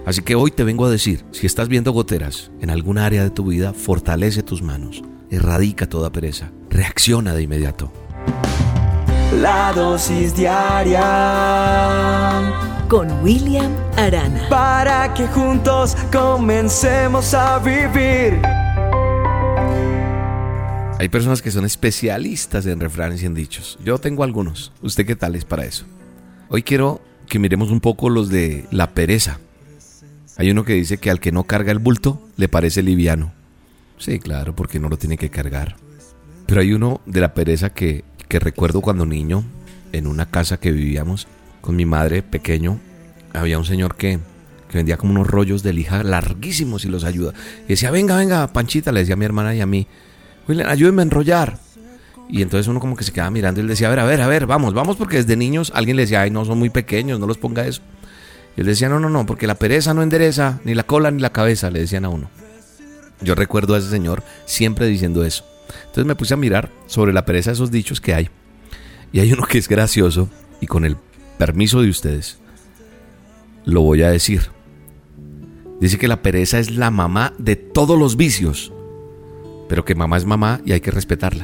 Así que hoy te vengo a decir, si estás viendo goteras en alguna área de tu vida, fortalece tus manos, erradica toda pereza, reacciona de inmediato. La dosis diaria con William Arana, para que juntos comencemos a vivir. Hay personas que son especialistas en refranes y en dichos. Yo tengo algunos. ¿Usted qué tal es para eso? Hoy quiero que miremos un poco los de la pereza. Hay uno que dice que al que no carga el bulto le parece liviano. Sí, claro, porque no lo tiene que cargar. Pero hay uno de la pereza que recuerdo cuando niño, en una casa que vivíamos con mi madre pequeño, había un señor que vendía como unos rollos de lija larguísimos y los ayuda. Y decía, venga, Panchita, le decía a mi hermana y a mí, William, ayúdenme a enrollar. Y entonces uno como que se quedaba mirando y él decía, a ver, vamos, porque desde niños alguien le decía, ay, no, son muy pequeños, no los ponga eso. Y él decía, no, porque la pereza no endereza ni la cola ni la cabeza, le decían a uno. Yo recuerdo a ese señor siempre diciendo eso. Entonces me puse a mirar sobre la pereza esos dichos que hay. Y hay uno que es gracioso y con el permiso de ustedes lo voy a decir. Dice que la pereza es la mamá de todos los vicios, pero que mamá es mamá y hay que respetarla.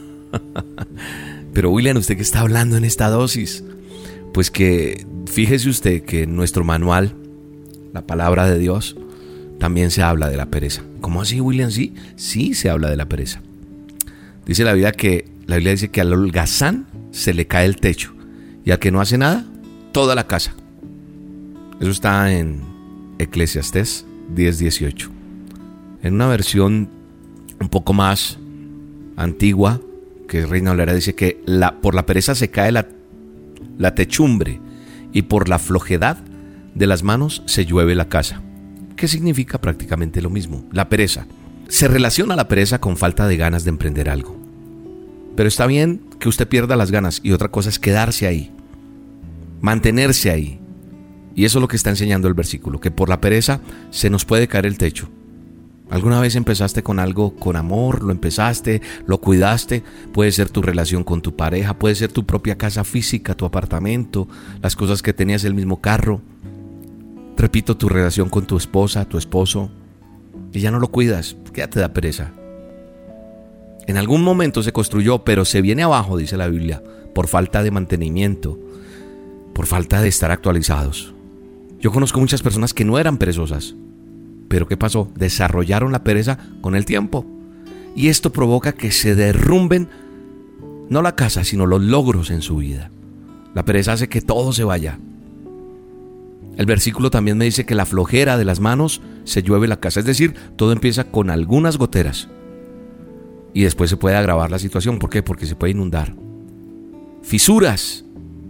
Pero William, ¿usted qué está hablando en esta dosis? Pues que fíjese usted que en nuestro manual, la palabra de Dios, también se habla de la pereza. ¿Cómo así, William? Sí se habla de la pereza. Dice la Biblia dice que al holgazán se le cae el techo y al que no hace nada, toda la casa. Eso está en Eclesiastés 10:18. En una versión un poco más antigua, que es Reina Valera, dice que por la pereza se cae la techumbre y por la flojedad de las manos se llueve la casa. ¿Qué significa? Prácticamente lo mismo. La pereza. Se relaciona la pereza con falta de ganas de emprender algo. Pero está bien que usted pierda las ganas y otra cosa es quedarse ahí, mantenerse ahí. Y eso es lo que está enseñando el versículo, que por la pereza se nos puede caer el techo. ¿Alguna vez empezaste con algo con amor? ¿Lo empezaste? ¿Lo cuidaste? Puede ser tu relación con tu pareja, puede ser tu propia casa física, tu apartamento, las cosas que tenías, el mismo carro. Repito, tu relación con tu esposa, tu esposo, y ya no lo cuidas, ¿qué te da pereza? En algún momento se construyó, pero se viene abajo, dice la Biblia, por falta de mantenimiento, por falta de estar actualizados. Yo conozco muchas personas que no eran perezosas, pero ¿qué pasó? Desarrollaron la pereza con el tiempo. Y esto provoca que se derrumben, no la casa, sino los logros en su vida. La pereza hace que todo se vaya. El versículo también me dice que la flojera de las manos se llueve la casa. Es decir, todo empieza con algunas goteras. Y después se puede agravar la situación. ¿Por qué? Porque se puede inundar. Fisuras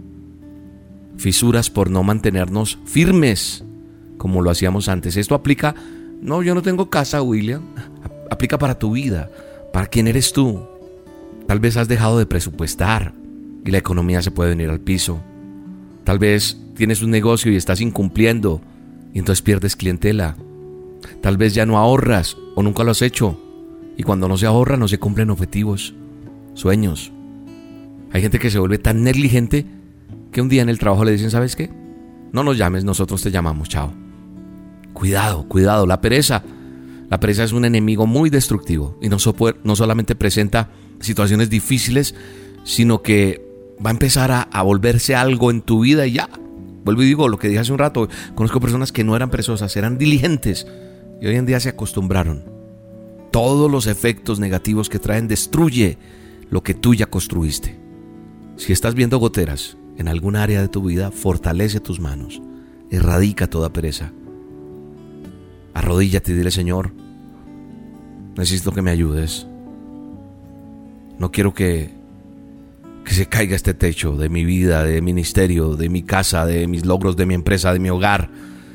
por no mantenernos firmes como lo hacíamos antes. Esto aplica, no, yo no tengo casa, William. Aplica para tu vida, para quién eres tú. Tal vez has dejado de presupuestar y la economía se puede venir al piso. Tal vez tienes un negocio y estás incumpliendo y entonces pierdes clientela. Tal vez ya no ahorras o nunca lo has hecho y cuando no se ahorra no se cumplen objetivos, sueños. Hay gente que se vuelve tan negligente que un día en el trabajo le dicen, ¿sabes qué? No nos llames, nosotros te llamamos, chao. Cuidado, la pereza. La pereza es un enemigo muy destructivo y no solamente presenta situaciones difíciles, sino que va a empezar a volverse algo en tu vida y ya. Vuelvo y digo lo que dije hace un rato. Conozco personas que no eran perezosas, eran diligentes y hoy en día se acostumbraron. Todos los efectos negativos que traen destruye lo que tú ya construiste. Si estás viendo goteras en algún área de tu vida, fortalece tus manos, erradica toda pereza. Arrodíllate y dile, Señor, necesito que me ayudes. No quiero que se caiga este techo de mi vida, de mi ministerio, de mi casa, de mis logros, de mi empresa, de mi hogar.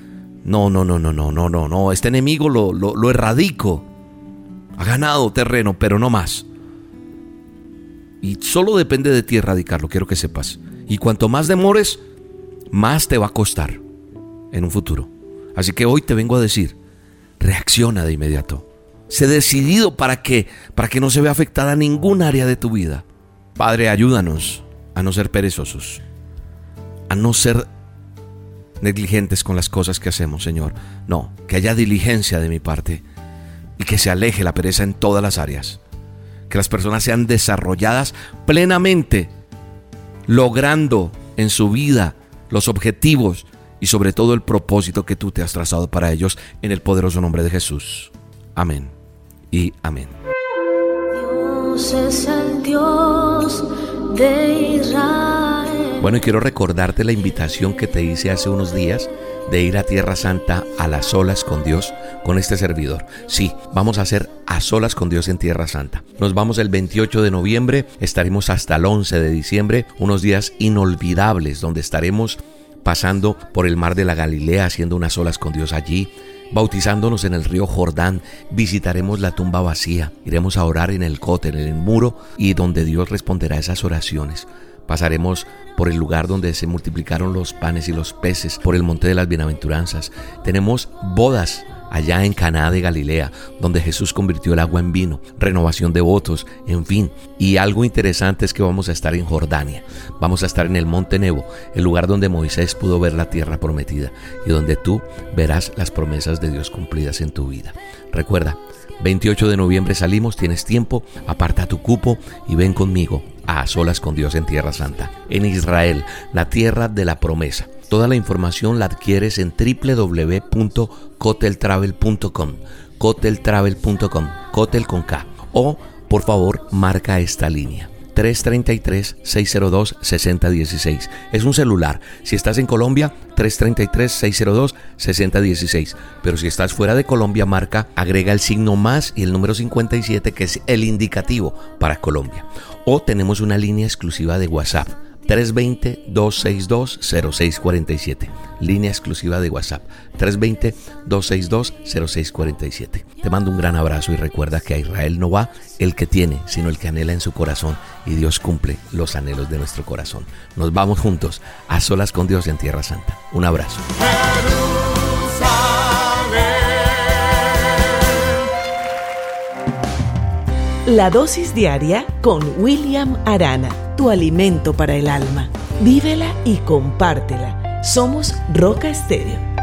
No. Este enemigo lo erradico. Ha ganado terreno, pero no más. Y solo depende de ti erradicarlo, quiero que sepas. Y cuanto más demores, más te va a costar en un futuro. Así que hoy te vengo a decir, reacciona de inmediato. Sé decidido para que no se vea afectada ningún área de tu vida. Padre, ayúdanos a no ser perezosos, a no ser negligentes con las cosas que hacemos, Señor. No, que haya diligencia de mi parte y que se aleje la pereza en todas las áreas. Que las personas sean desarrolladas plenamente, logrando en su vida los objetivos y sobre todo el propósito que tú te has trazado para ellos, en el poderoso nombre de Jesús. Amén y amén. Dios es el Dios de Israel. Bueno, y quiero recordarte la invitación que te hice hace unos días de ir a Tierra Santa a las solas con Dios, con este servidor. Sí, vamos a hacer a solas con Dios en Tierra Santa. Nos vamos el 28 de noviembre, estaremos hasta el 11 de diciembre, unos días inolvidables donde estaremos pasando por el mar de la Galilea, haciendo unas solas con Dios allí, bautizándonos en el río Jordán, visitaremos la tumba vacía, iremos a orar en el cótel, en el muro, y donde Dios responderá esas oraciones. Pasaremos por el lugar donde se multiplicaron los panes y los peces, por el monte de las bienaventuranzas. Tenemos bodas allá en Caná de Galilea, donde Jesús convirtió el agua en vino, renovación de votos, en fin. Y algo interesante es que vamos a estar en Jordania, vamos a estar en el monte Nebo, el lugar donde Moisés pudo ver la tierra prometida y donde tú verás las promesas de Dios cumplidas en tu vida. Recuerda, 28 de noviembre salimos, tienes tiempo, aparta tu cupo y ven conmigo a solas con Dios en Tierra Santa, en Israel, la tierra de la promesa. Toda la información la adquieres en www.coteltravel.com, coteltravel.com, cotel con K. O, por favor, marca esta línea, 333-602-6016. Es un celular. Si estás en Colombia, 333-602-6016. Pero si estás fuera de Colombia, marca, agrega el signo más y el número 57, que es el indicativo para Colombia. O tenemos una línea exclusiva de WhatsApp, 320-262-0647. Línea exclusiva de WhatsApp, 320-262-0647. Te mando un gran abrazo y recuerda que a Israel no va el que tiene, sino el que anhela en su corazón, y Dios cumple los anhelos de nuestro corazón. Nos vamos juntos a solas con Dios en Tierra Santa. Un abrazo. La dosis diaria con William Arana, tu alimento para el alma. Vívela y compártela. Somos Roca Estéreo.